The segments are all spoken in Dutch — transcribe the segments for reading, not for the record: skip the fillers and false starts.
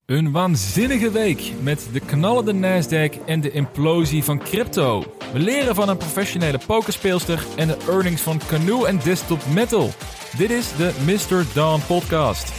Een waanzinnige week met de knallende Nasdaq en de implosie van crypto. We leren van een professionele pokerspeelster en de earnings van Canoe en Desktop Metal. Dit is de Mr. Dawn podcast.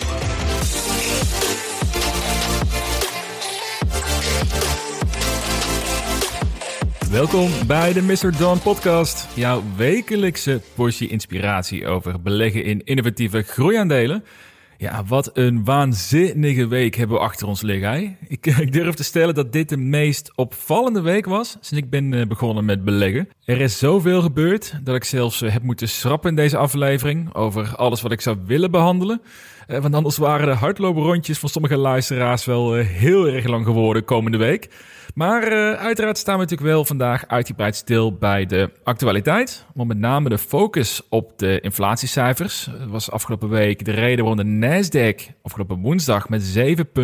Welkom bij de Mr. Dawn podcast. Jouw wekelijkse portie inspiratie over beleggen in innovatieve groeiaandelen. Ja, wat een waanzinnige week hebben we achter ons liggen. Hè? Ik durf te stellen dat dit de meest opvallende week was sinds ik ben begonnen met beleggen. Er is zoveel gebeurd dat ik zelfs heb moeten schrappen in deze aflevering over alles wat ik zou willen behandelen. Want anders waren de hardlooprondjes van sommige luisteraars wel heel erg lang geworden komende week. Maar uiteraard staan we natuurlijk wel vandaag uitgebreid stil bij de actualiteit. Want met name de focus op de inflatiecijfers. Dat was afgelopen week de reden waarom de Nasdaq afgelopen woensdag met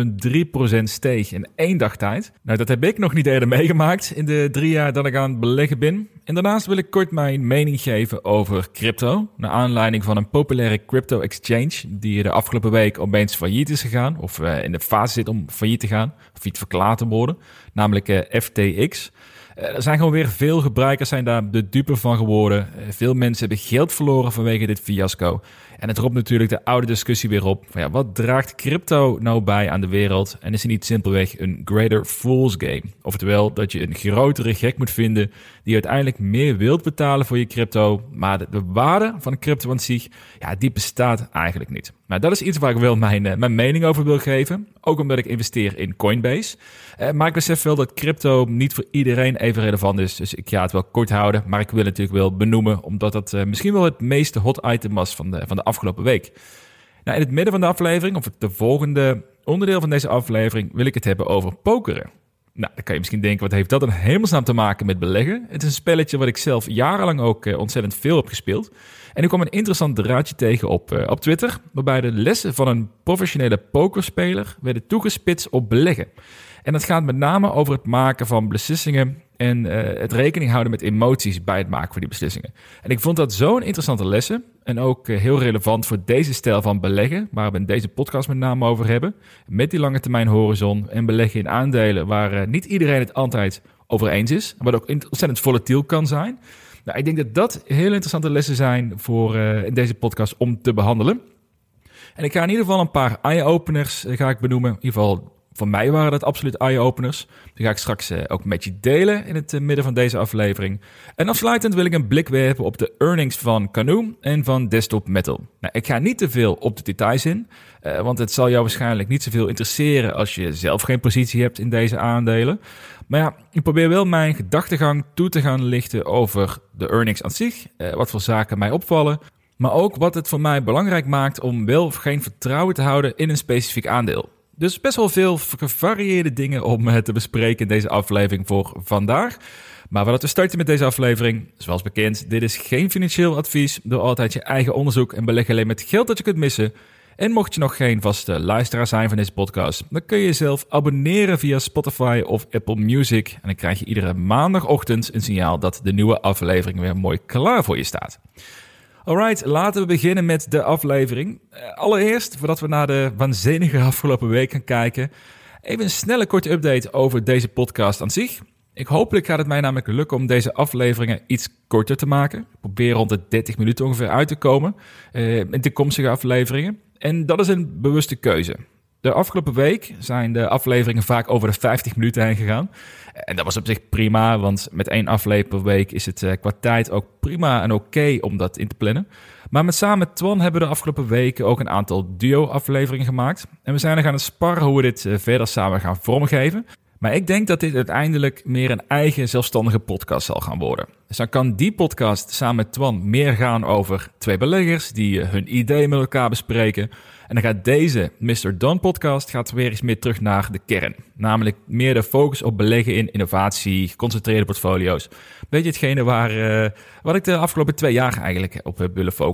7,3% steeg in 1 dag tijd. Nou, dat heb ik nog niet eerder meegemaakt in de 3 jaar dat ik aan het beleggen ben. En daarnaast wil ik kort mijn mening geven over crypto. Naar aanleiding van een populaire crypto exchange die de afgelopen week opeens failliet is gegaan. Of in de fase zit om failliet te gaan. Of failliet verklaard te worden. Namelijk FTX. Er zijn gewoon weer veel gebruikers zijn daar de dupe van geworden. Veel mensen hebben geld verloren vanwege dit fiasco. En het roept natuurlijk de oude discussie weer op. Van ja, wat draagt crypto nou bij aan de wereld? En is het niet simpelweg een greater fool's game? Oftewel dat je een grotere gek moet vinden die uiteindelijk meer wilt betalen voor je crypto. Maar de waarde van crypto aan zich, ja, die bestaat eigenlijk niet. Nou, dat is iets waar ik wel mijn mening over wil geven. Ook omdat ik investeer in Coinbase. Maar ik besef wel dat crypto niet voor iedereen even relevant is. Dus ik ga het wel kort houden. Maar ik wil het natuurlijk wel benoemen. Omdat dat misschien wel het meeste hot item was van de afgelopen week. Nou, in het midden van de aflevering, of het volgende onderdeel van deze aflevering, wil ik het hebben over pokeren. Nou, dan kan je misschien denken, wat heeft dat dan hemelsnaam te maken met beleggen? Het is een spelletje wat ik zelf jarenlang ook ontzettend veel heb gespeeld. En ik kwam een interessant draadje tegen op Twitter, waarbij de lessen van een professionele pokerspeler werden toegespitst op beleggen. En dat gaat met name over het maken van beslissingen en het rekening houden met emoties bij het maken van die beslissingen. En ik vond dat zo'n interessante lessen en ook heel relevant voor deze stijl van beleggen, waar we in deze podcast met name over hebben, met die lange termijn horizon en beleggen in aandelen waar niet iedereen het altijd over eens is, wat ook ontzettend volatiel kan zijn. Nou, ik denk dat dat heel interessante lessen zijn voor in deze podcast om te behandelen. En ik ga in ieder geval een paar eye-openers benoemen. In ieder geval, voor mij waren dat absoluut eye-openers. Die ga ik straks ook met je delen in het midden van deze aflevering. En afsluitend wil ik een blik werpen op de earnings van Canoe en van Desktop Metal. Nou, ik ga niet te veel op de details in, want het zal jou waarschijnlijk niet zoveel interesseren als je zelf geen positie hebt in deze aandelen. Maar ja, ik probeer wel mijn gedachtegang toe te gaan lichten over de earnings aan zich, wat voor zaken mij opvallen, maar ook wat het voor mij belangrijk maakt om wel of geen vertrouwen te houden in een specifiek aandeel. Dus best wel veel gevarieerde dingen om te bespreken in deze aflevering voor vandaag. Maar voordat we starten met deze aflevering, zoals bekend, dit is geen financieel advies. Doe altijd je eigen onderzoek en beleg alleen met geld dat je kunt missen. En mocht je nog geen vaste luisteraar zijn van deze podcast, dan kun je jezelf abonneren via Spotify of Apple Music. En dan krijg je iedere maandagochtend een signaal dat de nieuwe aflevering weer mooi klaar voor je staat. Alright, laten we beginnen met de aflevering. Allereerst, voordat we naar de waanzinnige afgelopen week gaan kijken, even een snelle korte update over deze podcast aan zich. Hopelijk gaat het mij namelijk lukken om deze afleveringen iets korter te maken. Ik probeer rond de 30 minuten ongeveer uit te komen in toekomstige afleveringen. En dat is een bewuste keuze. De afgelopen week zijn de afleveringen vaak over de 50 minuten heen gegaan. En dat was op zich prima, want met 1 aflevering per week is het qua tijd ook prima en oké om dat in te plannen. Maar samen met Twan hebben we de afgelopen weken ook een aantal duo-afleveringen gemaakt. En we zijn nog aan het sparren hoe we dit verder samen gaan vormgeven. Maar ik denk dat dit uiteindelijk meer een eigen zelfstandige podcast zal gaan worden. Dus dan kan die podcast samen met Twan meer gaan over 2 beleggers die hun ideeën met elkaar bespreken. En dan gaat deze Mr. Dawn podcast weer eens meer terug naar de kern. Namelijk meer de focus op beleggen in innovatie, geconcentreerde portfolio's. Weet je, hetgene waar ik de afgelopen 2 jaar eigenlijk op heb willen focussen.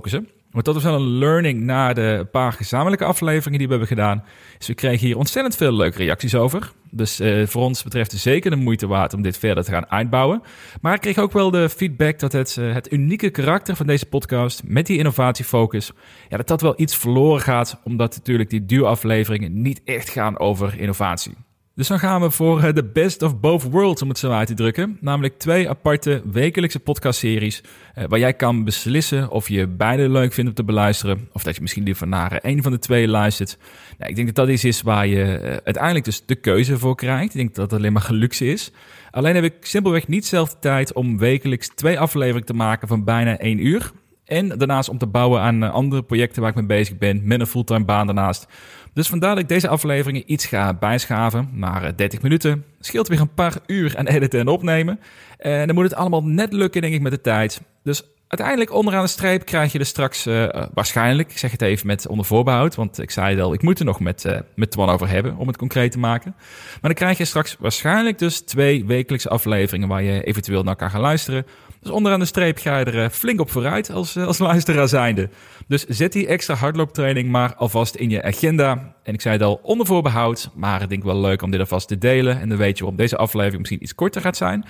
Want dat was wel een learning na de paar gezamenlijke afleveringen die we hebben gedaan. Dus we kregen hier ontzettend veel leuke reacties over. Dus voor ons betreft zeker de moeite waard om dit verder te gaan uitbouwen. Maar ik kreeg ook wel de feedback dat het unieke karakter van deze podcast met die innovatiefocus, dat wel iets verloren gaat, omdat natuurlijk die duo-afleveringen niet echt gaan over innovatie. Dus dan gaan we voor de best of both worlds, om het zo uit te drukken. Namelijk 2 aparte wekelijkse podcastseries waar jij kan beslissen of je beide leuk vindt om te beluisteren. Of dat je misschien liever naar één van de 2 luistert. Nou, ik denk dat dat iets is waar je uiteindelijk dus de keuze voor krijgt. Ik denk dat het alleen maar geluxe is. Alleen heb ik simpelweg niet zelf de tijd om wekelijks 2 afleveringen te maken van bijna 1 uur. En daarnaast om te bouwen aan andere projecten waar ik mee bezig ben, met een fulltime baan daarnaast. Dus vandaar dat ik deze afleveringen iets ga bijschaven, naar 30 minuten. Scheelt weer een paar uur aan editen en opnemen. En dan moet het allemaal net lukken, denk ik, met de tijd. Dus uiteindelijk onderaan de streep krijg je er straks waarschijnlijk, ik zeg het even met onder voorbehoud, want ik zei het al, ik moet er nog met Twan over hebben om het concreet te maken. Maar dan krijg je straks waarschijnlijk dus 2 wekelijkse afleveringen waar je eventueel naar kan gaan luisteren. Dus onderaan de streep ga je er flink op vooruit als luisteraar zijnde. Dus zet die extra hardlooptraining maar alvast in je agenda. En ik zei het al, onder voorbehoud, maar ik denk wel leuk om dit alvast te delen. En dan weet je waarom deze aflevering misschien iets korter gaat zijn.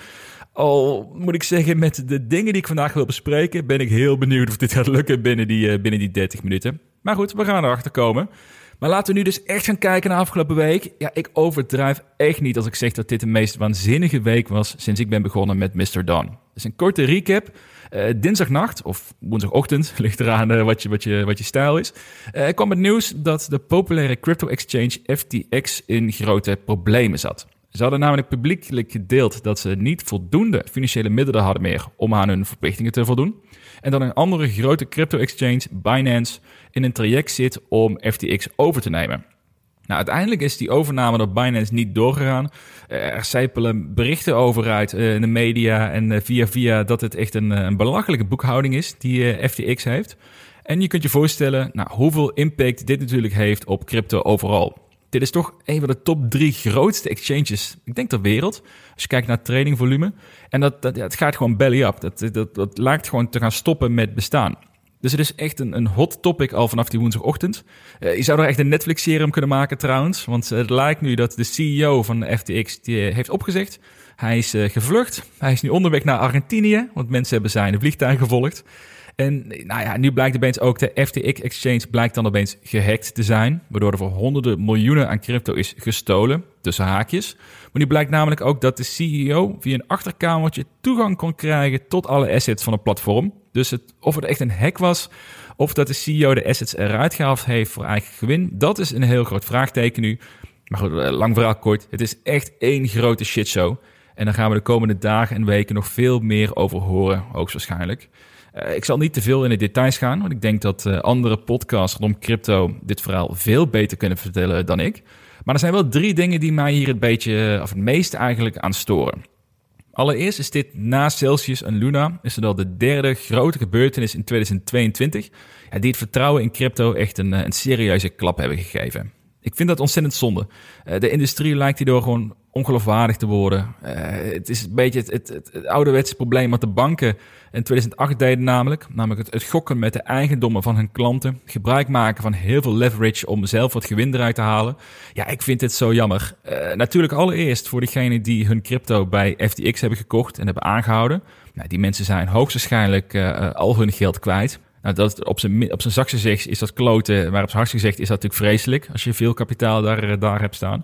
Al moet ik zeggen, met de dingen die ik vandaag wil bespreken, ben ik heel benieuwd of dit gaat lukken binnen die 30 minuten. Maar goed, we gaan erachter komen. Maar laten we nu dus echt gaan kijken naar afgelopen week. Ja, ik overdrijf echt niet als ik zeg dat dit de meest waanzinnige week was sinds ik ben begonnen met Mr. Don. Dus een korte recap. Dinsdagnacht of woensdagochtend, ligt eraan wat je stijl is, kwam het nieuws dat de populaire crypto-exchange FTX in grote problemen zat. Ze hadden namelijk publiekelijk gedeeld dat ze niet voldoende financiële middelen hadden meer om aan hun verplichtingen te voldoen. En dat een andere grote crypto-exchange, Binance, in een traject zit om FTX over te nemen. Nou, uiteindelijk is die overname door Binance niet doorgegaan. Er zijpelen berichten over uit in de media en via dat het echt een belachelijke boekhouding is die FTX heeft. En je kunt je voorstellen hoeveel impact dit natuurlijk heeft op crypto overal. Dit is toch een van de top 3 grootste exchanges, ik denk ter wereld. Als je kijkt naar tradingvolume. En het gaat gewoon belly up. Dat lijkt gewoon te gaan stoppen met bestaan. Dus het is echt een hot topic al vanaf die woensdagochtend. Je zou er echt een Netflix-serie om kunnen maken trouwens. Want het lijkt nu dat de CEO van FTX die heeft opgezegd. Hij is gevlucht. Hij is nu onderweg naar Argentinië. Want mensen hebben zijn vliegtuig gevolgd. En nu blijkt opeens ook de FTX-exchange blijkt dan opeens gehackt te zijn. Waardoor er voor honderden miljoenen aan crypto is gestolen. Tussen haakjes. Maar nu blijkt namelijk ook dat de CEO via een achterkamertje toegang kon krijgen tot alle assets van het platform. Dus of het echt een hack was, of dat de CEO de assets eruit gehaald heeft voor eigen gewin, dat is een heel groot vraagteken nu. Maar goed, lang verhaal kort, het is echt één grote shitshow. En daar gaan we de komende dagen en weken nog veel meer over horen, hoogstwaarschijnlijk. Ik zal niet te veel in de details gaan, want ik denk dat andere podcasts rondom crypto dit verhaal veel beter kunnen vertellen dan ik. Maar er zijn wel 3 dingen die mij hier het meest eigenlijk aan storen. Allereerst is dit na Celsius en Luna is het al de 3e grote gebeurtenis in 2022 die het vertrouwen in crypto echt een serieuze klap hebben gegeven. Ik vind dat ontzettend zonde. De industrie lijkt hierdoor gewoon ongeloofwaardig te worden. Het is een beetje het ouderwetse probleem wat de banken in 2008 deden namelijk het gokken met de eigendommen van hun klanten, gebruik maken van heel veel leverage om zelf wat gewin eruit te halen. Ja, ik vind dit zo jammer. Natuurlijk allereerst voor diegenen die hun crypto bij FTX hebben gekocht en hebben aangehouden. Nou, die mensen zijn hoogstwaarschijnlijk al hun geld kwijt. Nou, dat op zijn zachtste gezegd is dat kloten, maar op zijn hardste gezegd is dat natuurlijk vreselijk als je veel kapitaal daar hebt staan.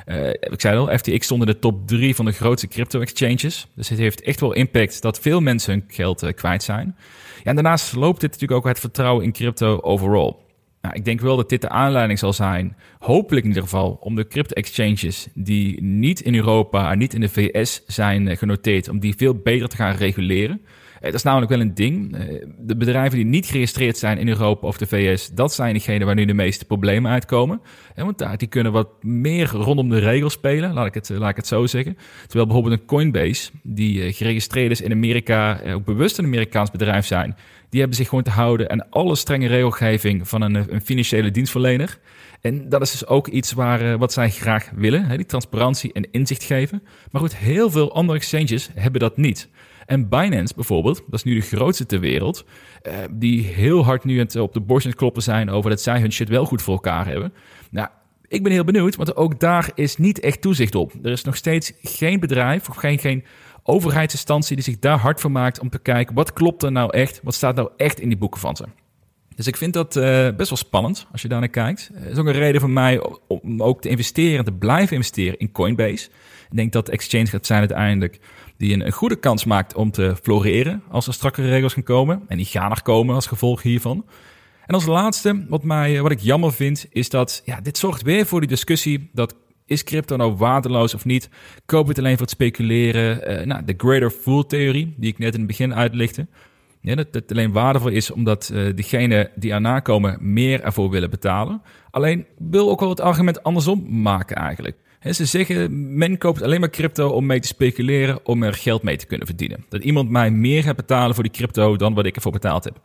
Ik zei al, FTX stond in de top 3 van de grootste crypto-exchanges. Dus het heeft echt wel impact dat veel mensen hun geld kwijt zijn. Ja, en daarnaast loopt dit natuurlijk ook het vertrouwen in crypto overall. Nou, ik denk wel dat dit de aanleiding zal zijn, hopelijk in ieder geval, om de crypto-exchanges die niet in Europa en niet in de VS zijn genoteerd, om die veel beter te gaan reguleren. Dat is namelijk wel een ding. De bedrijven die niet geregistreerd zijn in Europa of de VS, dat zijn degenen waar nu de meeste problemen uitkomen. Want die kunnen wat meer rondom de regels spelen, laat ik het zo zeggen. Terwijl bijvoorbeeld een Coinbase, die geregistreerd is in Amerika, ook bewust een Amerikaans bedrijf zijn, die hebben zich gewoon te houden aan alle strenge regelgeving van een financiële dienstverlener. En dat is dus ook iets wat zij graag willen, die transparantie en inzicht geven. Maar goed, heel veel andere exchanges hebben dat niet. En Binance bijvoorbeeld, dat is nu de grootste ter wereld, die heel hard nu op de borst aan het kloppen zijn over dat zij hun shit wel goed voor elkaar hebben. Nou, ik ben heel benieuwd, want ook daar is niet echt toezicht op. Er is nog steeds geen bedrijf of geen overheidsinstantie die zich daar hard voor maakt om te kijken wat klopt er nou echt, wat staat nou echt in die boeken van ze. Dus ik vind dat best wel spannend als je daar naar kijkt. Dat is ook een reden voor mij om ook te investeren, te blijven investeren in Coinbase. Ik denk dat de exchange gaat zijn uiteindelijk die een goede kans maakt om te floreren als er strakkere regels gaan komen. En die gaan er komen als gevolg hiervan. En als laatste, wat ik jammer vind, is dat dit zorgt weer voor die discussie dat is crypto nou waardeloos of niet? Koop het alleen voor het speculeren? De greater fool theorie, die ik net in het begin uitlichtte. Ja, dat het alleen waardevol is omdat diegenen die erna komen meer ervoor willen betalen. Alleen wil ook wel het argument andersom maken eigenlijk. Ze zeggen, men koopt alleen maar crypto om mee te speculeren, om er geld mee te kunnen verdienen. Dat iemand mij meer gaat betalen voor die crypto dan wat ik ervoor betaald heb.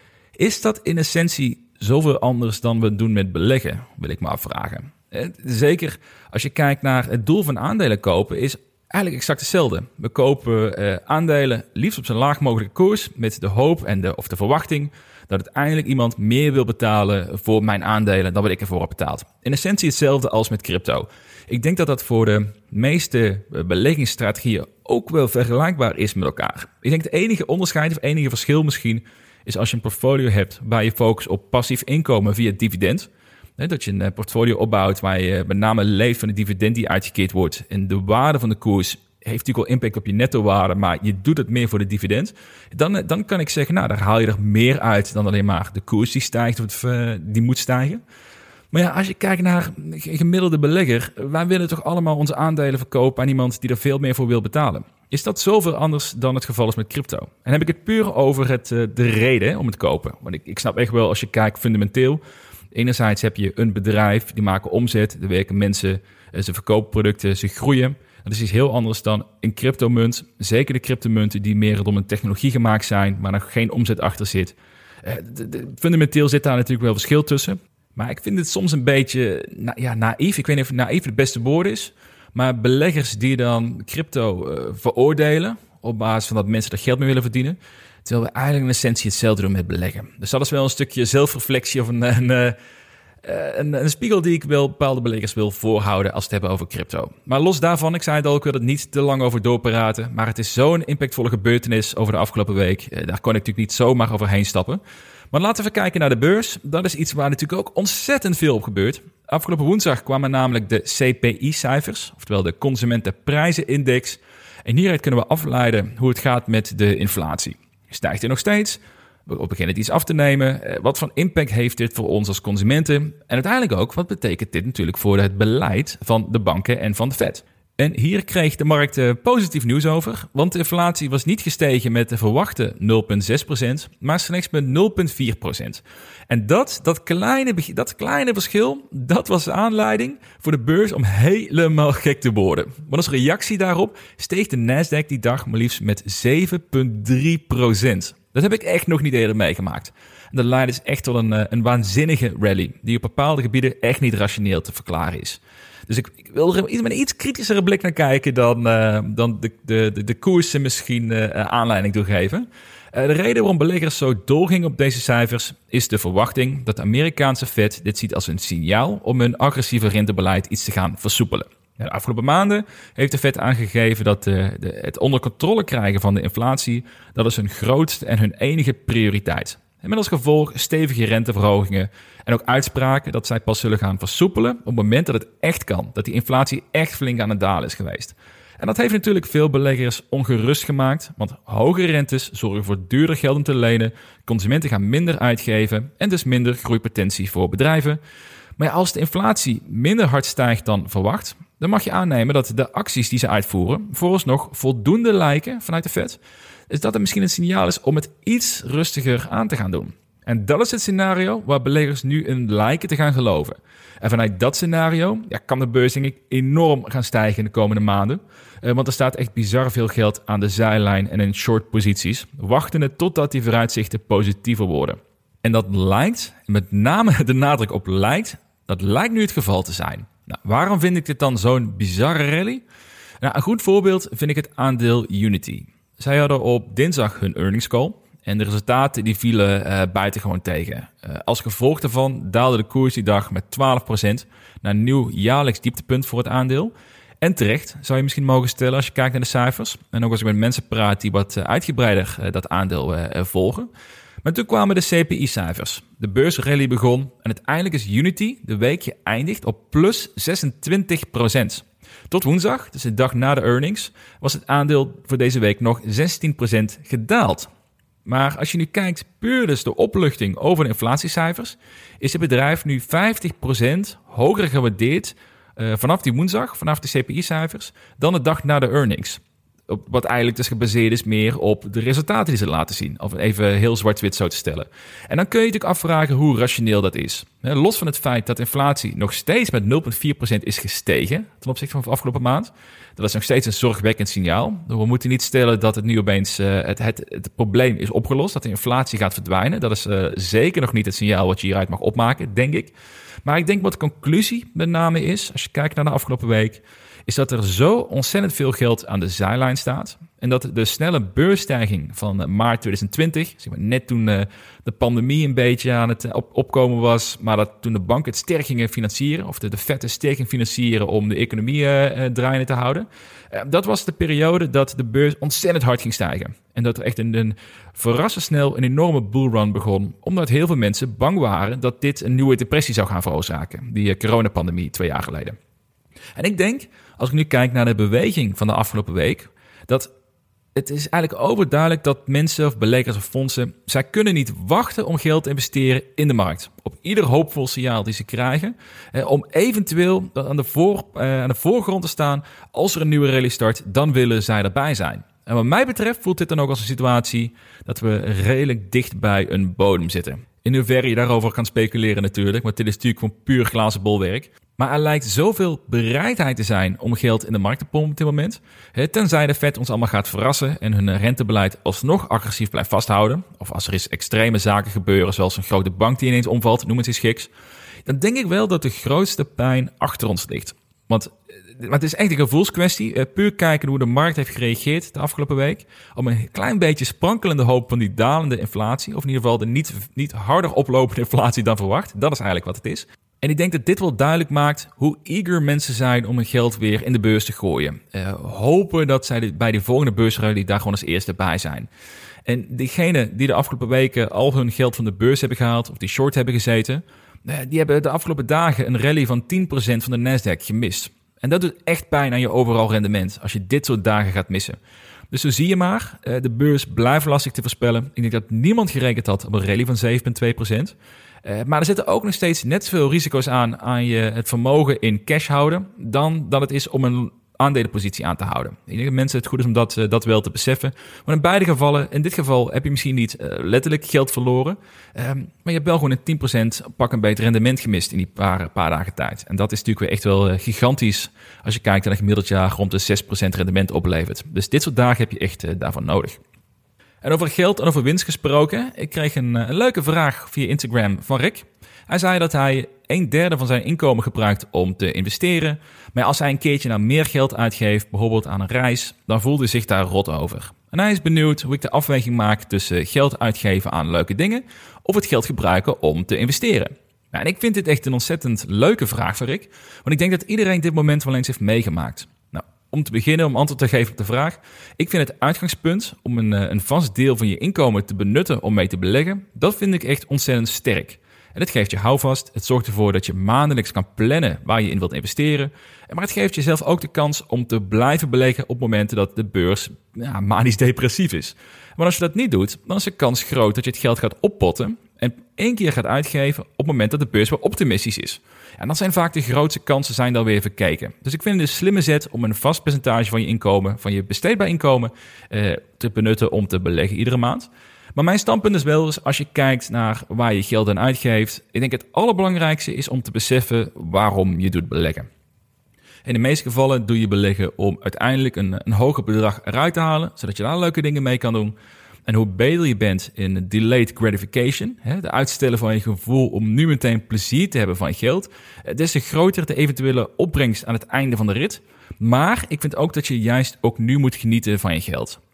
Is dat in essentie zoveel anders dan we doen met beleggen, wil ik me afvragen. Zeker als je kijkt naar het doel van aandelen kopen is eigenlijk exact hetzelfde. We kopen aandelen liefst op zo'n laag mogelijke koers met de hoop of de verwachting dat uiteindelijk iemand meer wil betalen voor mijn aandelen dan wat ik ervoor heb betaald. In essentie hetzelfde als met crypto. Ik denk dat dat voor de meeste beleggingsstrategieën ook wel vergelijkbaar is met elkaar. Ik denk het enige onderscheid of enige verschil misschien is als je een portfolio hebt waar je focust op passief inkomen via dividend. Dat je een portfolio opbouwt waar je met name leeft van de dividend die uitgekeerd wordt. En de waarde van de koers heeft natuurlijk wel impact op je nettowaarde, maar je doet het meer voor de dividend. Dan kan ik zeggen, daar haal je er meer uit dan alleen maar de koers die stijgt of die moet stijgen. Maar als je kijkt naar een gemiddelde belegger, wij willen toch allemaal onze aandelen verkopen aan iemand die er veel meer voor wil betalen. Is dat zoveel anders dan het geval is met crypto? En heb ik het puur over de reden om het te kopen. Want ik snap echt wel als je kijkt fundamenteel. Enerzijds heb je een bedrijf, die maken omzet, er werken mensen, ze verkopen producten, ze groeien. Dat is iets heel anders dan een cryptomunt. Zeker de cryptomunten die meer rondom een technologie gemaakt zijn, maar nog geen omzet achter zit. Fundamenteel zit daar natuurlijk wel verschil tussen. Maar ik vind het soms een beetje naïef. Ik weet niet of naïef het beste woord is. Maar beleggers die dan crypto veroordelen op basis van dat mensen er geld mee willen verdienen, terwijl we eigenlijk in essentie hetzelfde doen met beleggen. Dus dat is wel een stukje zelfreflectie of een spiegel die ik wel bepaalde beleggers wil voorhouden als we het hebben over crypto. Maar los daarvan, ik zei het al, ik wil het niet te lang over doorpraten, maar het is zo'n impactvolle gebeurtenis over de afgelopen week. Daar kon ik natuurlijk niet zomaar overheen stappen. Maar laten we even kijken naar de beurs. Dat is iets waar natuurlijk ook ontzettend veel op gebeurt. Afgelopen woensdag kwamen namelijk de CPI-cijfers, oftewel de Consumentenprijzenindex. En hieruit kunnen we afleiden hoe het gaat met de inflatie. Stijgt hij nog steeds? We beginnen het iets af te nemen. Wat voor impact heeft dit voor ons als consumenten? En uiteindelijk ook, wat betekent dit natuurlijk voor het beleid van de banken en van de Fed? En hier kreeg de markt positief nieuws over, want de inflatie was niet gestegen met de verwachte 0,6%, maar slechts met 0,4%. En dat kleine verschil, dat was de aanleiding voor de beurs om helemaal gek te worden. Want als reactie daarop steeg de Nasdaq die dag maar liefst met 7,3%. Dat heb ik echt nog niet eerder meegemaakt. En dat leidt dus echt tot een waanzinnige rally, die op bepaalde gebieden echt niet rationeel te verklaren is. Dus ik wil er met een iets kritischere blik naar kijken dan de koersen misschien aanleiding toegeven. De reden waarom beleggers zo doorgingen op deze cijfers is de verwachting dat de Amerikaanse Fed dit ziet als een signaal om hun agressieve rentebeleid iets te gaan versoepelen. De afgelopen maanden heeft de Fed aangegeven dat het onder controle krijgen van de inflatie, dat is hun grootste en hun enige prioriteit. En met als gevolg stevige renteverhogingen en ook uitspraken dat zij pas zullen gaan versoepelen op het moment dat het echt kan. Dat die inflatie echt flink aan het dalen is geweest. En dat heeft natuurlijk veel beleggers ongerust gemaakt, want hogere rentes zorgen voor duurder geld om te lenen, consumenten gaan minder uitgeven en dus minder groeipotentie voor bedrijven. Maar als de inflatie minder hard stijgt dan verwacht, dan mag je aannemen dat de acties die ze uitvoeren vooralsnog voldoende lijken vanuit de Fed. Dus dat het misschien een signaal is om het iets rustiger aan te gaan doen. En dat is het scenario waar beleggers nu in lijken te gaan geloven. En vanuit dat scenario kan de beurs denk ik enorm gaan stijgen in de komende maanden. Want er staat echt bizar veel geld aan de zijlijn en in short posities, wachtende totdat die vooruitzichten positiever worden. En dat lijkt, met name de nadruk op lijkt, dat lijkt nu het geval te zijn. Nou, waarom vind ik dit dan zo'n bizarre rally? Nou, een goed voorbeeld vind ik het aandeel Unity. Zij hadden op dinsdag hun earnings call en de resultaten die vielen buitengewoon tegen. Als gevolg daarvan daalde de koers die dag met 12% naar een nieuw jaarlijks dieptepunt voor het aandeel. En terecht, zou je misschien mogen stellen als je kijkt naar de cijfers. En ook als ik met mensen praat die wat uitgebreider dat aandeel volgen. Maar toen kwamen de CPI-cijfers. De beursrally begon en uiteindelijk is Unity de week geëindigd op plus 26%. Tot woensdag, dus de dag na de earnings, was het aandeel voor deze week nog 16% gedaald. Maar als je nu kijkt puur dus de opluchting over de inflatiecijfers, is het bedrijf nu 50% hoger gewaardeerd vanaf die woensdag, vanaf de CPI-cijfers, dan de dag na de earnings. Wat eigenlijk dus gebaseerd is meer op de resultaten die ze laten zien. Of even heel zwart-wit zo te stellen. En dan kun je natuurlijk afvragen hoe rationeel dat is. Los van het feit dat inflatie nog steeds met 0,4% is gestegen ten opzichte van de afgelopen maand. Dat is nog steeds een zorgwekkend signaal. We moeten niet stellen dat het nu opeens het probleem is opgelost. Dat de inflatie gaat verdwijnen. Dat is zeker nog niet het signaal wat je hieruit mag opmaken, denk ik. Maar ik denk wat de conclusie met name is, als je kijkt naar de afgelopen week, is dat er zo ontzettend veel geld aan de zijlijn staat. En dat de snelle beursstijging van maart 2020, zeg maar net toen de pandemie een beetje aan het opkomen was, maar dat toen de banken het sterk gingen financieren, of de Fed sterk ging financieren om de economie draaiende te houden. Dat was de periode dat de beurs ontzettend hard ging stijgen. En dat er echt een verrassend snel een enorme bullrun begon, omdat heel veel mensen bang waren dat dit een nieuwe depressie zou gaan veroorzaken. Die coronapandemie 2 jaar geleden. En ik denk, als ik nu kijk naar de beweging van de afgelopen week, dat het is eigenlijk overduidelijk dat mensen of beleggers of fondsen, zij kunnen niet wachten om geld te investeren in de markt. Op ieder hoopvol signaal die ze krijgen, om eventueel aan de voorgrond te staan als er een nieuwe rally start, dan willen zij erbij zijn. En wat mij betreft voelt dit dan ook als een situatie dat we redelijk dicht bij een bodem zitten. In hoeverre je daarover kan speculeren natuurlijk, want dit is natuurlijk gewoon puur glazen bolwerk. Maar er lijkt zoveel bereidheid te zijn om geld in de markt te pompen op dit moment. Tenzij de Fed ons allemaal gaat verrassen en hun rentebeleid alsnog agressief blijft vasthouden. Of als er eens extreme zaken gebeuren, zoals een grote bank die ineens omvalt, noem het eens geks. Dan denk ik wel dat de grootste pijn achter ons ligt. Want het is echt een gevoelskwestie. Puur kijken hoe de markt heeft gereageerd de afgelopen week. Om een klein beetje sprankelende hoop van die dalende inflatie. Of in ieder geval de niet harder oplopende inflatie dan verwacht. Dat is eigenlijk wat het is. En ik denk dat dit wel duidelijk maakt hoe eager mensen zijn om hun geld weer in de beurs te gooien. Hopen dat zij bij de volgende beursrally daar gewoon als eerste bij zijn. En diegenen die de afgelopen weken al hun geld van de beurs hebben gehaald of die short hebben gezeten, die hebben de afgelopen dagen een rally van 10% van de Nasdaq gemist. En dat doet echt pijn aan je overal rendement als je dit soort dagen gaat missen. Dus zo zie je maar, de beurs blijft lastig te voorspellen. Ik denk dat niemand gerekend had op een rally van 7,2%. Maar er zitten ook nog steeds net zoveel risico's aan je het vermogen in cash houden dan het is om een aandelenpositie aan te houden. Ik denk dat mensen het goed is om dat wel te beseffen. Maar in beide gevallen, in dit geval heb je misschien niet letterlijk geld verloren, maar je hebt wel gewoon een 10% pak een beter rendement gemist in die paar dagen tijd. En dat is natuurlijk weer echt wel gigantisch als je kijkt naar een gemiddeld jaar rond de 6% rendement oplevert. Dus dit soort dagen heb je echt daarvan nodig. En over geld en over winst gesproken, ik kreeg een leuke vraag via Instagram van Rick. Hij zei dat hij 1/3 van zijn inkomen gebruikt om te investeren. Maar als hij een keertje nou meer geld uitgeeft, bijvoorbeeld aan een reis, dan voelt hij zich daar rot over. En hij is benieuwd hoe ik de afweging maak tussen geld uitgeven aan leuke dingen of het geld gebruiken om te investeren. Nou, en ik vind dit echt een ontzettend leuke vraag van Rick, want ik denk dat iedereen dit moment wel eens heeft meegemaakt. Nou, om te beginnen, om antwoord te geven op de vraag. Ik vind het uitgangspunt om een vast deel van je inkomen te benutten om mee te beleggen, dat vind ik echt ontzettend sterk. En het geeft je houvast, het zorgt ervoor dat je maandelijks kan plannen waar je in wilt investeren. Maar het geeft jezelf ook de kans om te blijven beleggen op momenten dat de beurs manisch depressief is. Maar als je dat niet doet, dan is de kans groot dat je het geld gaat oppotten en 1 keer gaat uitgeven op het moment dat de beurs weer optimistisch is. En dan zijn vaak de grootste kansen zijn dan weer verkeken. Dus ik vind het een slimme zet om een vast percentage van je inkomen, van je besteedbaar inkomen, te benutten om te beleggen iedere maand. Maar mijn standpunt is wel eens, als je kijkt naar waar je geld aan uitgeeft, ik denk het allerbelangrijkste is om te beseffen waarom je doet beleggen. In de meeste gevallen doe je beleggen om uiteindelijk een hoger bedrag eruit te halen, zodat je daar leuke dingen mee kan doen. En hoe beter je bent in delayed gratification, de uitstellen van je gevoel om nu meteen plezier te hebben van je geld, des te groter de eventuele opbrengst aan het einde van de rit. Maar ik vind ook dat je juist ook nu moet genieten van je geld.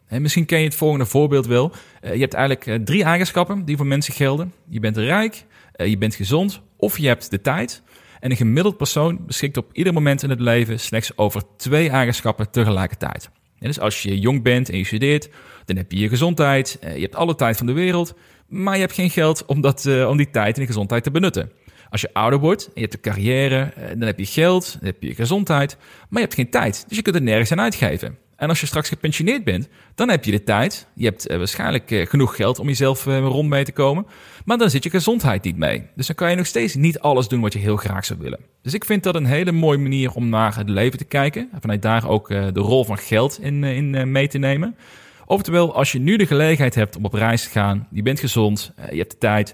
En misschien ken je het volgende voorbeeld wel. Je hebt eigenlijk 3 eigenschappen die voor mensen gelden. Je bent rijk, je bent gezond of je hebt de tijd. En een gemiddeld persoon beschikt op ieder moment in het leven slechts over 2 eigenschappen tegelijkertijd. En dus als je jong bent en je studeert, dan heb je je gezondheid, je hebt alle tijd van de wereld, maar je hebt geen geld om die tijd en die gezondheid te benutten. Als je ouder wordt en je hebt een carrière, dan heb je geld, dan heb je gezondheid, maar je hebt geen tijd. Dus je kunt er nergens aan uitgeven. En als je straks gepensioneerd bent, dan heb je de tijd. Je hebt waarschijnlijk genoeg geld om jezelf rond mee te komen. Maar dan zit je gezondheid niet mee. Dus dan kan je nog steeds niet alles doen wat je heel graag zou willen. Dus ik vind dat een hele mooie manier om naar het leven te kijken. En vanuit daar ook de rol van geld in mee te nemen. Oftewel, als je nu de gelegenheid hebt om op reis te gaan, je bent gezond, je hebt de tijd,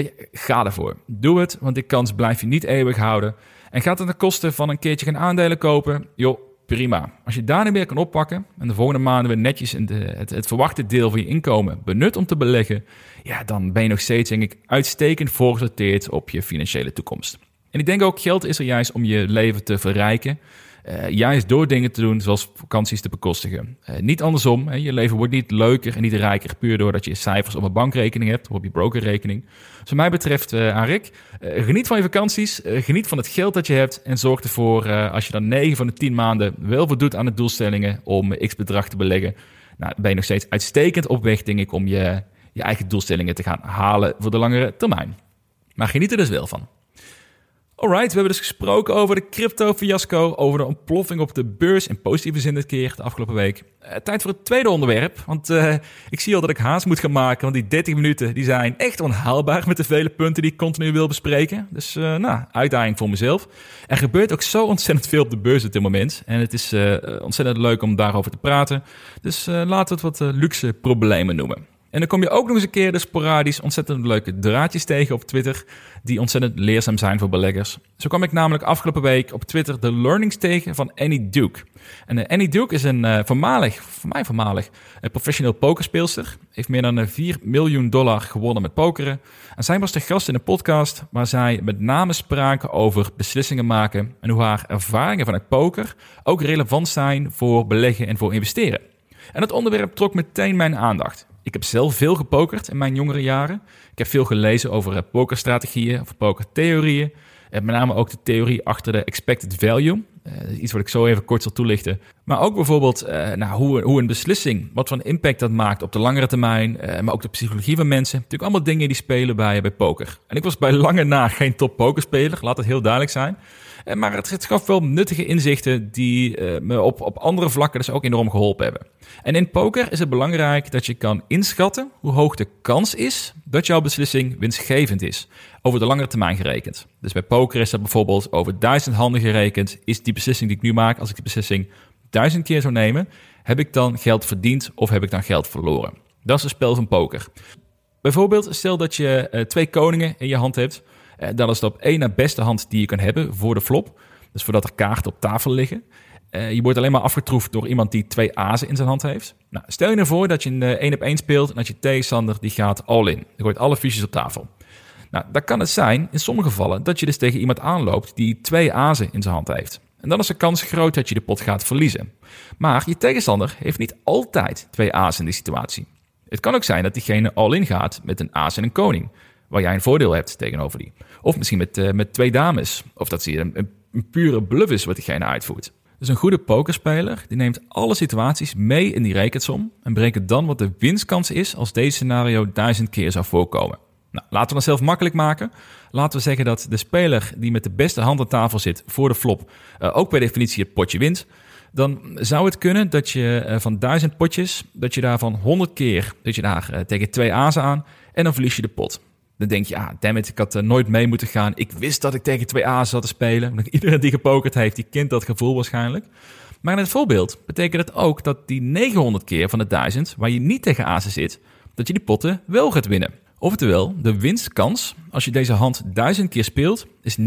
ga ervoor. Doe het, want die kans blijf je niet eeuwig houden. En gaat het ten koste van een keertje gaan aandelen kopen? Joh, prima. Als je daar niet meer kan oppakken en de volgende maanden weer netjes het verwachte deel van je inkomen benut om te beleggen, ja, dan ben je nog steeds, denk ik, uitstekend voorgesorteerd op je financiële toekomst. En ik denk ook, geld is er juist om je leven te verrijken. Juist door dingen te doen zoals vakanties te bekostigen. Niet andersom. Je leven wordt niet leuker en niet rijker puur doordat je cijfers op een bankrekening hebt of op je brokerrekening. Dus wat mij betreft, Arik, geniet van je vakanties, geniet van het geld dat je hebt en zorg ervoor, als je dan 9 van de 10 maanden wel voldoet aan de doelstellingen om x bedrag te beleggen, nou, ben je nog steeds uitstekend op weg, denk ik, om je eigen doelstellingen te gaan halen voor de langere termijn. Maar geniet er dus wel van. Alright, we hebben dus gesproken over de crypto-fiasco, over de ontploffing op de beurs in positieve zin dit keer de afgelopen week. Tijd voor het tweede onderwerp, want ik zie al dat ik haast moet gaan maken, want die 30 minuten die zijn echt onhaalbaar met de vele punten die ik continu wil bespreken. Dus uitdaging voor mezelf. Er gebeurt ook zo ontzettend veel op de beurs op dit moment en het is ontzettend leuk om daarover te praten. Dus laten we het wat luxe problemen noemen. En dan kom je ook nog eens een keer de sporadisch ontzettend leuke draadjes tegen op Twitter, die ontzettend leerzaam zijn voor beleggers. Zo kwam ik namelijk afgelopen week op Twitter de learnings tegen van Annie Duke. En Annie Duke is een voormalig professioneel pokerspeelster. Heeft meer dan $4 miljoen gewonnen met pokeren. En zij was de gast in een podcast waar zij met name spraken over beslissingen maken en hoe haar ervaringen vanuit poker ook relevant zijn voor beleggen en voor investeren. En dat onderwerp trok meteen mijn aandacht. Ik heb zelf veel gepokerd in mijn jongere jaren. Ik heb veel gelezen over pokerstrategieën of pokertheorieën. En met name ook de theorie achter de expected value. Iets wat ik zo even kort zal toelichten. Maar ook bijvoorbeeld hoe een beslissing, wat voor een impact dat maakt op de langere termijn. Maar ook de psychologie van mensen. Natuurlijk allemaal dingen die spelen bij poker. En ik was bij lange na geen top pokerspeler, laat het heel duidelijk zijn. Maar het gaf wel nuttige inzichten die me op andere vlakken dus ook enorm geholpen hebben. En in poker is het belangrijk dat je kan inschatten hoe hoog de kans is dat jouw beslissing winstgevend is. Over de langere termijn gerekend. Dus bij poker is dat bijvoorbeeld over 1000 handen gerekend. Is die beslissing die ik nu maak, als ik die beslissing 1000 keer zou nemen, heb ik dan geld verdiend of heb ik dan geld verloren? Dat is het spel van poker. Bijvoorbeeld, stel dat je 2 koningen in je hand hebt. Dan is dat op 1 na beste hand die je kan hebben voor de flop. Dus voordat er kaarten op tafel liggen. Je wordt alleen maar afgetroefd door iemand die 2 azen in zijn hand heeft. Nou, stel je ervoor dat je een 1-op-1 speelt en dat je tegenstander die gaat all in. Die gooit alle fiches op tafel. Nou, dan kan het zijn, in sommige gevallen, dat je dus tegen iemand aanloopt die 2 azen in zijn hand heeft. En dan is de kans groot dat je de pot gaat verliezen. Maar je tegenstander heeft niet altijd 2 azen in die situatie. Het kan ook zijn dat diegene all in gaat met een aas en een koning, waar jij een voordeel hebt tegenover die. Of misschien met 2 dames. Of dat zie je een pure bluff is wat diegene uitvoert. Dus een goede pokerspeler die neemt alle situaties mee in die rekensom en berekent dan wat de winstkans is als deze scenario 1000 keer zou voorkomen. Nou, laten we dat zelf makkelijk maken. Laten we zeggen dat de speler die met de beste hand aan tafel zit voor de flop ook per definitie het potje wint. Dan zou het kunnen dat je van 1000 potjes, dat je daarvan 100 keer, dat je daar tegen 2 azen aan en dan verlies je de pot. Dan denk je, dammit, ik had nooit mee moeten gaan. Ik wist dat ik tegen 2 azen zat te spelen. Iedereen die gepokerd heeft, die kent dat gevoel waarschijnlijk. Maar in het voorbeeld betekent het ook dat die 900 keer van de 1000, waar je niet tegen azen zit, dat je die potten wel gaat winnen. Oftewel, de winstkans, als je deze hand 1000 keer speelt, is 90%.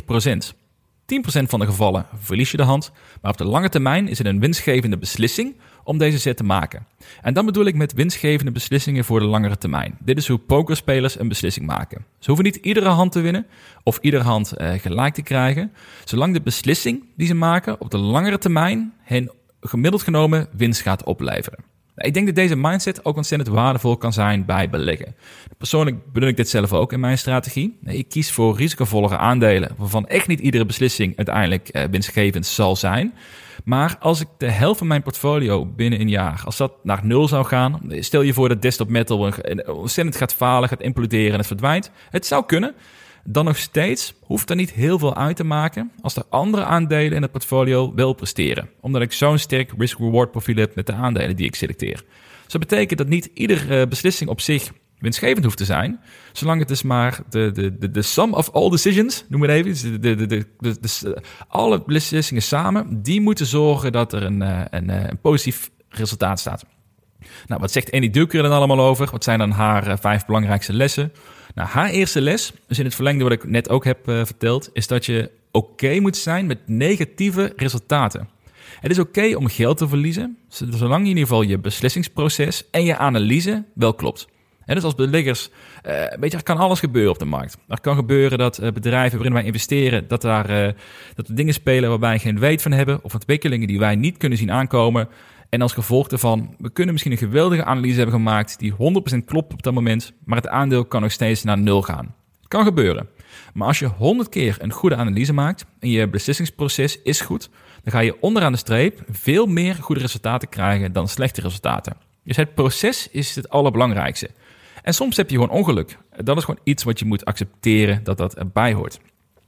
10% van de gevallen verlies je de hand, maar op de lange termijn is het een winstgevende beslissing om deze zet te maken. En dan bedoel ik met winstgevende beslissingen voor de langere termijn. Dit is hoe pokerspelers een beslissing maken. Ze hoeven niet iedere hand te winnen of iedere hand gelijk te krijgen, zolang de beslissing die ze maken op de langere termijn hen gemiddeld genomen winst gaat opleveren. Ik denk dat deze mindset ook ontzettend waardevol kan zijn bij beleggen. Persoonlijk benut ik dit zelf ook in mijn strategie. Ik kies voor risicovollere aandelen, waarvan echt niet iedere beslissing uiteindelijk winstgevend zal zijn. Maar als ik de helft van mijn portfolio binnen een jaar, als dat naar 0 zou gaan, stel je voor dat Desktop Metal ontzettend gaat falen, gaat imploderen en het verdwijnt. Het zou kunnen. Dan nog steeds hoeft er niet heel veel uit te maken als de andere aandelen in het portfolio wel presteren. Omdat ik zo'n sterk risk-reward profiel heb met de aandelen die ik selecteer. Dus dat betekent dat niet iedere beslissing op zich winstgevend hoeft te zijn, zolang het dus maar de sum of all decisions, noem het even, alle beslissingen samen, die moeten zorgen dat er een positief resultaat staat. Nou, wat zegt Annie Duker er dan allemaal over? Wat zijn dan haar 5 belangrijkste lessen? Nou, haar eerste les, dus in het verlengde wat ik net ook heb verteld, is dat je oké moet zijn met negatieve resultaten. Het is oké om geld te verliezen, zolang in ieder geval je beslissingsproces en je analyse wel klopt. En dus als beleggers, er kan alles gebeuren op de markt. Er kan gebeuren dat bedrijven waarin wij investeren, dat er dingen spelen waar wij geen weet van hebben, of ontwikkelingen die wij niet kunnen zien aankomen. En als gevolg daarvan, we kunnen misschien een geweldige analyse hebben gemaakt die 100% klopt op dat moment, maar het aandeel kan nog steeds naar 0 gaan. Het kan gebeuren. Maar als je 100 keer een goede analyse maakt en je beslissingsproces is goed, dan ga je onderaan de streep veel meer goede resultaten krijgen dan slechte resultaten. Dus het proces is het allerbelangrijkste. En soms heb je gewoon ongeluk. Dat is gewoon iets wat je moet accepteren dat erbij hoort.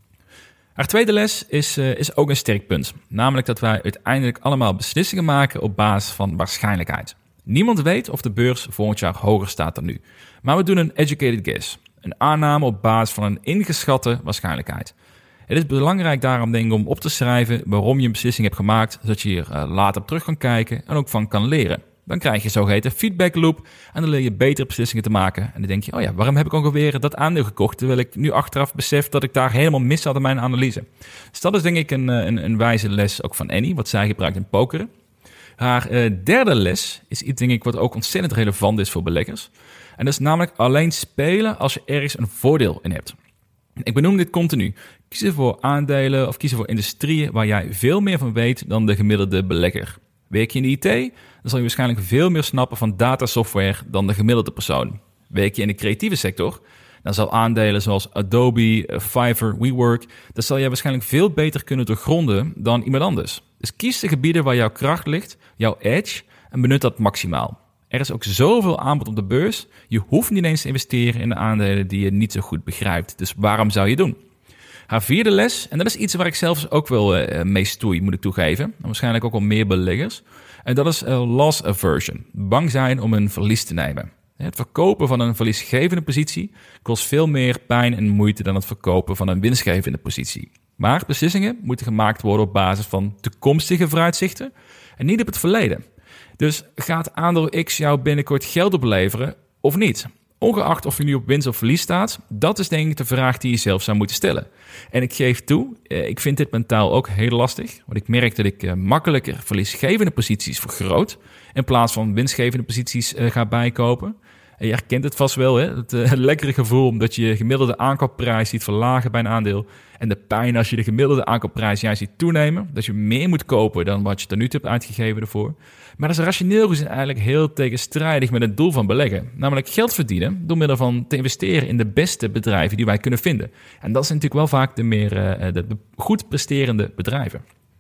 Haar tweede les is ook een sterk punt. Namelijk dat wij uiteindelijk allemaal beslissingen maken op basis van waarschijnlijkheid. Niemand weet of de beurs volgend jaar hoger staat dan nu. Maar we doen een educated guess. Een aanname op basis van een ingeschatte waarschijnlijkheid. Het is belangrijk daarom denk ik om op te schrijven waarom je een beslissing hebt gemaakt, zodat je hier later op terug kan kijken en ook van kan leren. Dan krijg je zogeheten feedback loop en dan leer je betere beslissingen te maken. En dan denk je, waarom heb ik ongeveer dat aandeel gekocht, terwijl ik nu achteraf besef dat ik daar helemaal mis had in mijn analyse. Dus dat is denk ik een wijze les ook van Annie, wat zij gebruikt in pokeren. Haar derde les is iets denk ik wat ook ontzettend relevant is voor beleggers. En dat is namelijk alleen spelen als je ergens een voordeel in hebt. Ik benoem dit continu. Kiezen voor aandelen of kiezen voor industrieën waar jij veel meer van weet dan de gemiddelde belegger. Werk je in de IT, dan zal je waarschijnlijk veel meer snappen van datasoftware dan de gemiddelde persoon. Werk je in de creatieve sector, dan zal aandelen zoals Adobe, Fiverr, WeWork, dat zal jij waarschijnlijk veel beter kunnen doorgronden dan iemand anders. Dus kies de gebieden waar jouw kracht ligt, jouw edge, en benut dat maximaal. Er is ook zoveel aanbod op de beurs, je hoeft niet eens te investeren in de aandelen die je niet zo goed begrijpt. Dus waarom zou je doen? Haar vierde les, en dat is iets waar ik zelfs ook wel mee stoei, moet ik toegeven. En waarschijnlijk ook wel meer beleggers. En dat is loss aversion. Bang zijn om een verlies te nemen. Het verkopen van een verliesgevende positie kost veel meer pijn en moeite dan het verkopen van een winstgevende positie. Maar beslissingen moeten gemaakt worden op basis van toekomstige vooruitzichten en niet op het verleden. Dus gaat aandeel X jou binnenkort geld opleveren of niet? Ongeacht of je nu op winst of verlies staat, dat is denk ik de vraag die je zelf zou moeten stellen. En ik geef toe, ik vind dit mentaal ook heel lastig. Want ik merk dat ik makkelijker verliesgevende posities vergroot in plaats van winstgevende posities ga bijkopen. En je herkent het vast wel, hè? Het lekkere gevoel omdat je gemiddelde aankoopprijs ziet verlagen bij een aandeel. En de pijn als je de gemiddelde aankoopprijs juist ziet toenemen. Dat je meer moet kopen dan wat je tot nu toe hebt uitgegeven ervoor. Maar dat is rationeel gezien eigenlijk heel tegenstrijdig met het doel van beleggen. Namelijk geld verdienen door middel van te investeren in de beste bedrijven die wij kunnen vinden. En dat zijn natuurlijk wel vaak de goed presterende bedrijven.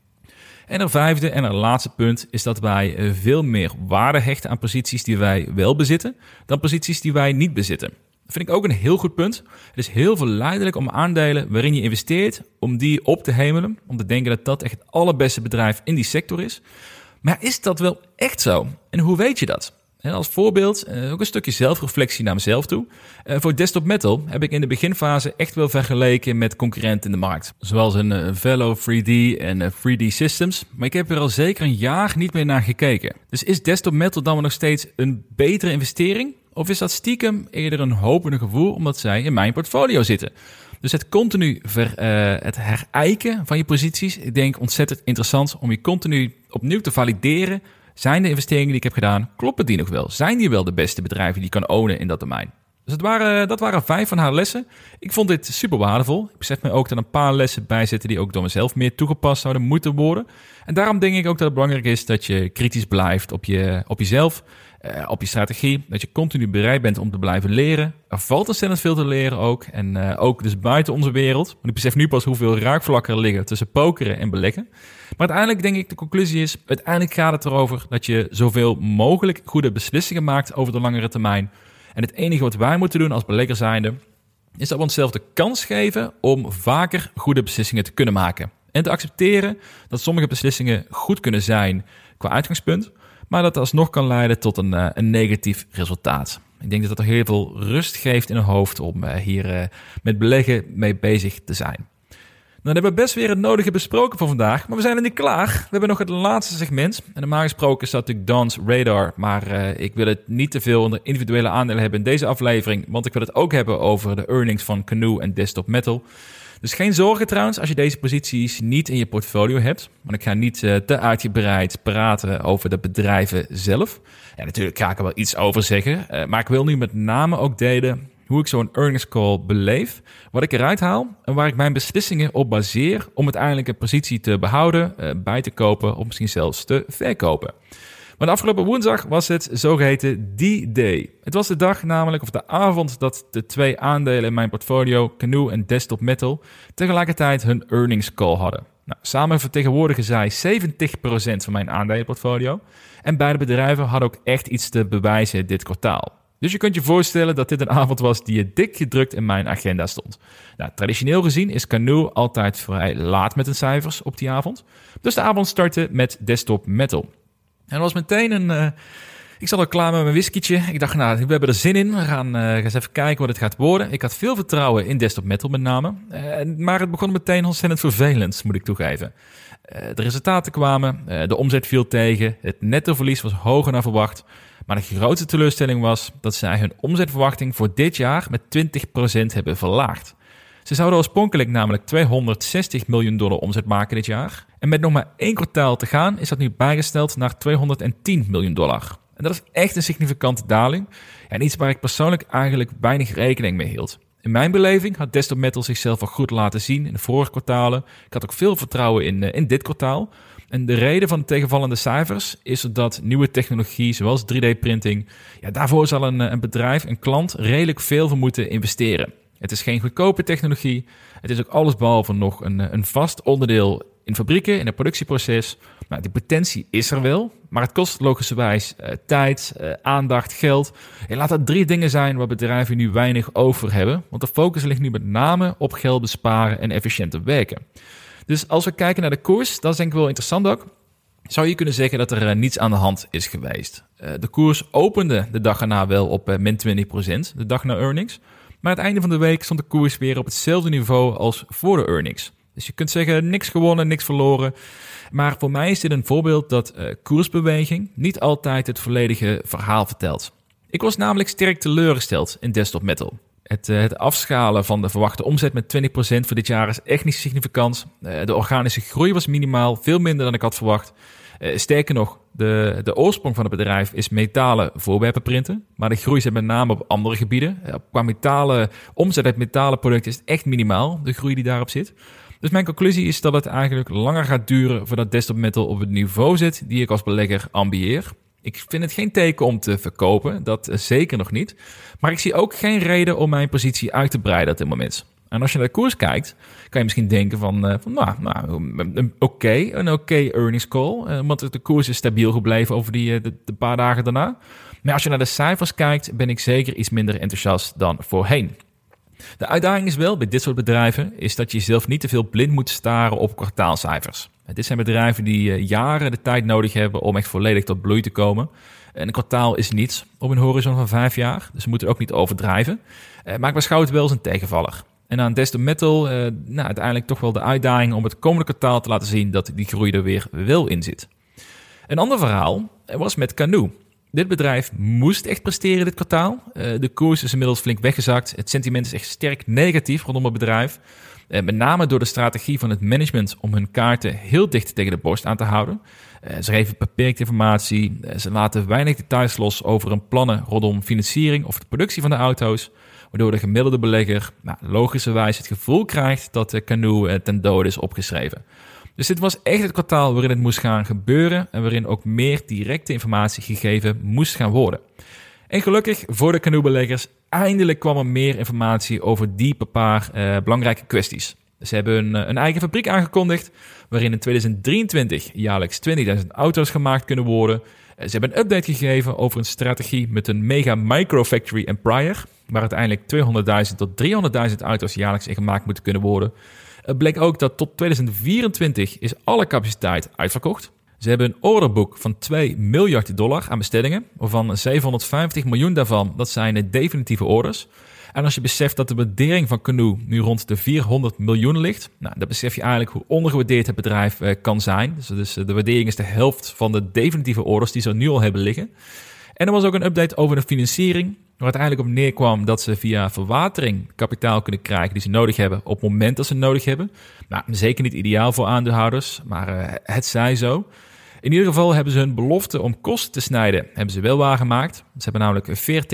En een vijfde en een laatste punt is dat wij veel meer waarde hechten aan posities die wij wel bezitten dan posities die wij niet bezitten. Dat vind ik ook een heel goed punt. Het is heel verleidelijk om aandelen waarin je investeert, om die op te hemelen, om te denken dat dat echt het allerbeste bedrijf in die sector is. Maar is dat wel echt zo? En hoe weet je dat? En als voorbeeld, ook een stukje zelfreflectie naar mezelf toe. Voor Desktop Metal heb ik in de beginfase echt wel vergeleken met concurrenten in de markt. Zoals een Velo 3D en 3D Systems. Maar ik heb er al zeker een jaar niet meer naar gekeken. Dus is Desktop Metal dan nog steeds een betere investering? Of is dat stiekem eerder een hopende gevoel omdat zij in mijn portfolio zitten? Dus het continu het herijken van je posities, ik denk ontzettend interessant om je continu opnieuw te valideren. Zijn de investeringen die ik heb gedaan, kloppen die nog wel? Zijn die wel de beste bedrijven die je kan ownen in dat domein? Dus dat waren 5 van haar lessen. Ik vond dit super waardevol. Ik besef me ook dat een paar lessen bij zitten die ook door mezelf meer toegepast zouden moeten worden. En daarom denk ik ook dat het belangrijk is dat je kritisch blijft op jezelf, op je strategie. Dat je continu bereid bent om te blijven leren. Er valt ontzettend veel te leren ook. En ook dus buiten onze wereld. Want ik besef nu pas hoeveel raakvlakken er liggen tussen pokeren en beleggen. Maar uiteindelijk denk ik, de conclusie is, uiteindelijk gaat het erover dat je zoveel mogelijk goede beslissingen maakt over de langere termijn. En het enige wat wij moeten doen als belegger zijnde, is dat we onszelf de kans geven om vaker goede beslissingen te kunnen maken. En te accepteren dat sommige beslissingen goed kunnen zijn qua uitgangspunt, maar dat alsnog kan leiden tot een negatief resultaat. Ik denk dat dat heel veel rust geeft in een hoofd om hier met beleggen mee bezig te zijn. Dan hebben we best weer het nodige besproken voor vandaag, maar we zijn er niet klaar. We hebben nog het laatste segment. En normaal gesproken staat natuurlijk Don's radar, maar ik wil het niet te veel onder individuele aandelen hebben in deze aflevering, want ik wil het ook hebben over de earnings van Canoo en Desktop Metal. Dus geen zorgen trouwens als je deze posities niet in je portfolio hebt, want ik ga niet te uitgebreid praten over de bedrijven zelf. Ja, natuurlijk ga ik er wel iets over zeggen, maar ik wil nu met name ook delen hoe ik zo'n earnings call beleef, wat ik eruit haal en waar ik mijn beslissingen op baseer om uiteindelijk een positie te behouden, bij te kopen of misschien zelfs te verkopen. Maar de afgelopen woensdag was het zogeheten D-Day. Het was de dag namelijk, of de avond, dat de 2 aandelen in mijn portfolio, Canoo en Desktop Metal, tegelijkertijd hun earnings call hadden. Nou, samen vertegenwoordigen zij 70% van mijn aandelenportfolio en beide bedrijven hadden ook echt iets te bewijzen dit kwartaal. Dus je kunt je voorstellen dat dit een avond was die dik gedrukt in mijn agenda stond. Nou, traditioneel gezien is Canoo altijd vrij laat met hun cijfers op die avond. Dus de avond startte met Desktop Metal. En dat was meteen ik zat al klaar met mijn whiskietje. Ik dacht, nou, we hebben er zin in. We gaan eens even kijken wat het gaat worden. Ik had veel vertrouwen in Desktop Metal met name. Maar het begon meteen ontzettend vervelend, moet ik toegeven. De resultaten kwamen, de omzet viel tegen, het nettoverlies was hoger dan verwacht. Maar de grootste teleurstelling was dat zij hun omzetverwachting voor dit jaar met 20% hebben verlaagd. Ze zouden oorspronkelijk namelijk $260 miljoen omzet maken dit jaar. En met nog maar 1 kwartaal te gaan is dat nu bijgesteld naar $210 miljoen. En dat is echt een significante daling. En iets waar ik persoonlijk eigenlijk weinig rekening mee hield. In mijn beleving had Desktop Metal zichzelf al goed laten zien in de vorige kwartalen. Ik had ook veel vertrouwen in dit kwartaal. En de reden van de tegenvallende cijfers is dat nieuwe technologie zoals 3D-printing, ja, daarvoor zal een bedrijf, een klant, redelijk veel voor moeten investeren. Het is geen goedkope technologie. Het is ook allesbehalve nog een vast onderdeel in fabrieken, in het productieproces. Nou, die potentie is er wel, maar het kost logischerwijs tijd, aandacht, geld. En laat dat 3 dingen zijn waar bedrijven nu weinig over hebben. Want de focus ligt nu met name op geld besparen en efficiënter werken. Dus als we kijken naar de koers, dat is denk ik wel interessant ook. Zou je kunnen zeggen dat er niets aan de hand is geweest. De koers opende de dag erna wel op min 20%, de dag na earnings. Maar aan het einde van de week stond de koers weer op hetzelfde niveau als voor de earnings. Dus je kunt zeggen, niks gewonnen, niks verloren. Maar voor mij is dit een voorbeeld dat koersbeweging niet altijd het volledige verhaal vertelt. Ik was namelijk sterk teleurgesteld in Desktop Metal. Het afschalen van de verwachte omzet met 20% voor dit jaar is echt niet significant. De organische groei was minimaal, veel minder dan ik had verwacht. Sterker nog, de oorsprong van het bedrijf is metalen voorwerpen printen. Maar de groei zit met name op andere gebieden. Qua metalen, omzet uit metalen producten is het echt minimaal, de groei die daarop zit. Dus mijn conclusie is dat het eigenlijk langer gaat duren voordat Desktop Metal op het niveau zit die ik als belegger ambieer. Ik vind het geen teken om te verkopen, dat zeker nog niet. Maar ik zie ook geen reden om mijn positie uit te breiden op dit moment. En als je naar de koers kijkt, kan je misschien denken van een oké earnings call. Want de koers is stabiel gebleven over de paar dagen daarna. Maar als je naar de cijfers kijkt, ben ik zeker iets minder enthousiast dan voorheen. De uitdaging is wel bij dit soort bedrijven is dat je jezelf niet te veel blind moet staren op kwartaalcijfers. Dit zijn bedrijven die jaren de tijd nodig hebben om echt volledig tot bloei te komen. En een kwartaal is niets op een horizon van 5 jaar, dus we moeten ook niet overdrijven. Maar ik beschouw het wel als een tegenvaller. En aan Desktop Metal uiteindelijk toch wel de uitdaging om het komende kwartaal te laten zien dat die groei er weer wel in zit. Een ander verhaal was met Canoo. Dit bedrijf moest echt presteren dit kwartaal. De koers is inmiddels flink weggezakt. Het sentiment is echt sterk negatief rondom het bedrijf. Met name door de strategie van het management om hun kaarten heel dicht tegen de borst aan te houden. Ze geven beperkte informatie. Ze laten weinig details los over hun plannen rondom financiering of de productie van de auto's. Waardoor de gemiddelde belegger logischerwijs het gevoel krijgt dat de Canoo ten dode is opgeschreven. Dus dit was echt het kwartaal waarin het moest gaan gebeuren en waarin ook meer directe informatie gegeven moest gaan worden. En gelukkig voor de Canoo-beleggers, eindelijk kwam er meer informatie over die paar belangrijke kwesties. Ze hebben een eigen fabriek aangekondigd, waarin in 2023 jaarlijks 20.000 auto's gemaakt kunnen worden. Ze hebben een update gegeven over een strategie met een mega microfactory in Pryor, waar uiteindelijk 200.000 tot 300.000 auto's jaarlijks in gemaakt moeten kunnen worden. Het bleek ook dat tot 2024 is alle capaciteit uitverkocht. Ze hebben een orderboek van $2 miljard aan bestellingen, waarvan 750 miljoen daarvan dat zijn definitieve orders. En als je beseft dat de waardering van Canoo nu rond de 400 miljoen ligt, dan besef je eigenlijk hoe ondergewaardeerd het bedrijf kan zijn. Dus de waardering is de helft van de definitieve orders die ze nu al hebben liggen. En er was ook een update over de financiering, waar uiteindelijk op neerkwam dat ze via verwatering kapitaal kunnen krijgen die ze nodig hebben op het moment dat ze het nodig hebben. Nou, zeker niet ideaal voor aandeelhouders, maar het zij zo. In ieder geval hebben ze hun belofte om kosten te snijden, hebben ze wel waargemaakt. Ze hebben namelijk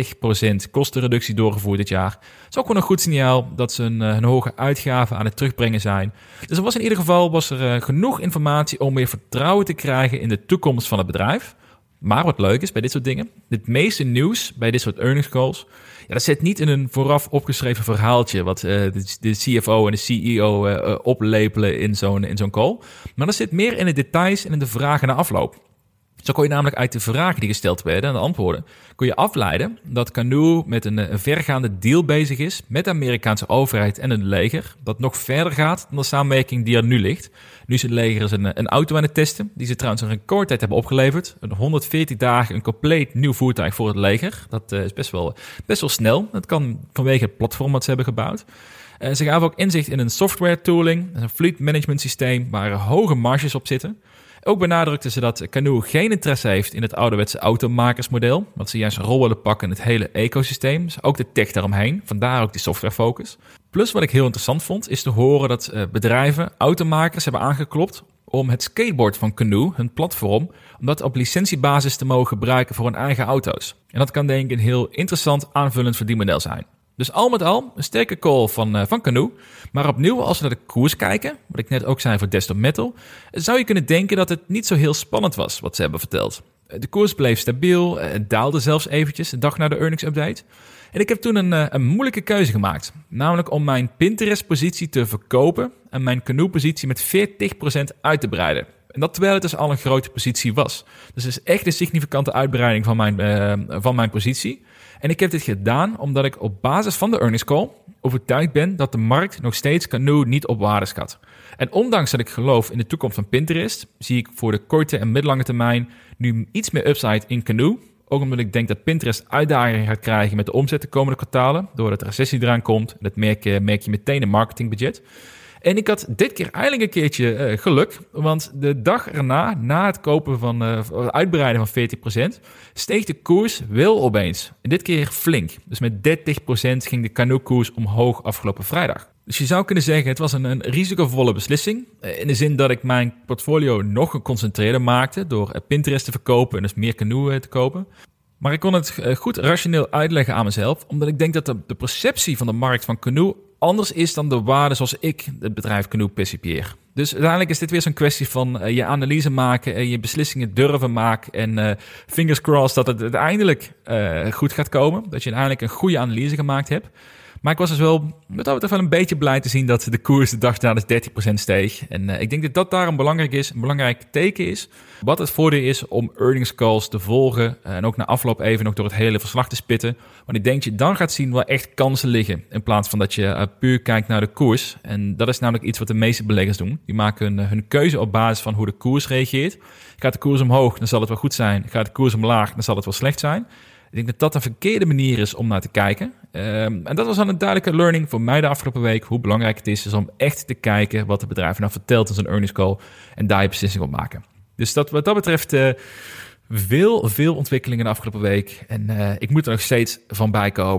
40% kostenreductie doorgevoerd dit jaar. Het is ook gewoon een goed signaal dat ze hun hoge uitgaven aan het terugbrengen zijn. Dus in ieder geval genoeg informatie om weer vertrouwen te krijgen in de toekomst van het bedrijf. Maar wat leuk is bij dit soort dingen, het meeste nieuws bij dit soort earnings calls, dat zit niet in een vooraf opgeschreven verhaaltje wat de CFO en de CEO oplepelen in zo'n call. Maar dat zit meer in de details en in de vragen na afloop. Zo kon je namelijk uit de vragen die gesteld werden en de antwoorden, kon je afleiden dat Canoo met een vergaande deal bezig is met de Amerikaanse overheid en het leger, dat nog verder gaat dan de samenwerking die er nu ligt. Nu is het leger een auto aan het testen, die ze trouwens een recordtijd hebben opgeleverd. 140 dagen een compleet nieuw voertuig voor het leger. Dat is best wel snel. Dat kan vanwege het platform dat ze hebben gebouwd. Ze gaven ook inzicht in een software tooling, een fleet management systeem waar hoge marges op zitten. Ook benadrukten ze dat Canoo geen interesse heeft in het ouderwetse automakersmodel, want ze juist een rol willen pakken in het hele ecosysteem, dus ook de tech daaromheen, vandaar ook die softwarefocus. Plus wat ik heel interessant vond, is te horen dat bedrijven, automakers hebben aangeklopt om het skateboard van Canoo, hun platform, om dat op licentiebasis te mogen gebruiken voor hun eigen auto's. En dat kan denk ik een heel interessant aanvullend verdienmodel zijn. Dus al met al een sterke call van Canoo. Maar opnieuw, als we naar de koers kijken, wat ik net ook zei voor Desktop Metal, zou je kunnen denken dat het niet zo heel spannend was wat ze hebben verteld. De koers bleef stabiel, het daalde zelfs eventjes de dag na de earnings update. En ik heb toen een moeilijke keuze gemaakt. Namelijk om mijn Pinterest-positie te verkopen en mijn Canoo-positie met 40% uit te breiden. En dat terwijl het dus al een grote positie was. Dus het is echt een significante uitbreiding van mijn positie. En ik heb dit gedaan omdat ik op basis van de earnings call overtuigd ben dat de markt nog steeds Canoo niet op waarde schat. En ondanks dat ik geloof in de toekomst van Pinterest, zie ik voor de korte en middellange termijn nu iets meer upside in Canoo. Ook omdat ik denk dat Pinterest uitdagingen gaat krijgen met de omzet de komende kwartalen, doordat de recessie eraan komt. Dat merk je meteen in marketingbudget. En ik had dit keer eindelijk een keertje geluk, want de dag erna, na het kopen van uitbreiden van 40%, steeg de koers wel opeens. En dit keer flink. Dus met 30% ging de Canoo-koers omhoog afgelopen vrijdag. Dus je zou kunnen zeggen, het was een risicovolle beslissing. In de zin dat ik mijn portfolio nog geconcentreerder maakte door Pinterest te verkopen en dus meer Canoo te kopen. Maar ik kon het goed rationeel uitleggen aan mezelf, omdat ik denk dat de perceptie van de markt van Canoo anders is dan de waarde zoals ik het bedrijf Canoo percipieer. Dus uiteindelijk is dit weer zo'n kwestie van je analyse maken en je beslissingen durven maken. En fingers crossed dat het uiteindelijk goed gaat komen. Dat je uiteindelijk een goede analyse gemaakt hebt. Maar ik was dus wel een beetje blij te zien dat de koers de dag daarna 30% steeg. En ik denk dat daarom belangrijk is, een belangrijk teken is. Wat het voordeel is om earnings calls te volgen. En ook na afloop even nog door het hele verslag te spitten. Want ik denk dat je dan gaat zien waar echt kansen liggen. In plaats van dat je puur kijkt naar de koers. En dat is namelijk iets wat de meeste beleggers doen. Die maken hun keuze op basis van hoe de koers reageert. Gaat de koers omhoog, dan zal het wel goed zijn. Gaat de koers omlaag, dan zal het wel slecht zijn. Ik denk dat dat een verkeerde manier is om naar te kijken. En dat was dan een duidelijke learning voor mij de afgelopen week. Hoe belangrijk het is om echt te kijken wat het bedrijf nou vertelt in zijn earnings call. En daar je beslissing op maken. Dus wat dat betreft veel ontwikkelingen de afgelopen week. En ik moet er nog steeds van bijkomen.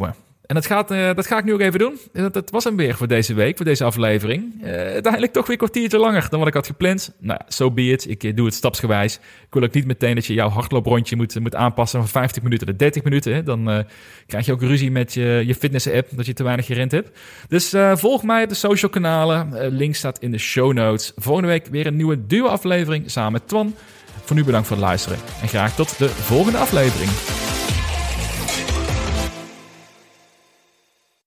En dat ga ik nu ook even doen. Dat was hem weer voor deze week, voor deze aflevering. Uiteindelijk toch weer een kwartiertje langer dan wat ik had gepland. Nou, so be it. Ik doe het stapsgewijs. Ik wil ook niet meteen dat je jouw hardlooprondje moet aanpassen van 50 minuten naar 30 minuten. Hè. Dan krijg je ook ruzie met je fitness-app dat je te weinig gerend hebt. Dus volg mij op de social kanalen. Link staat in de show notes. Volgende week weer een nieuwe duo-aflevering samen met Twan. Voor nu bedankt voor het luisteren. En graag tot de volgende aflevering.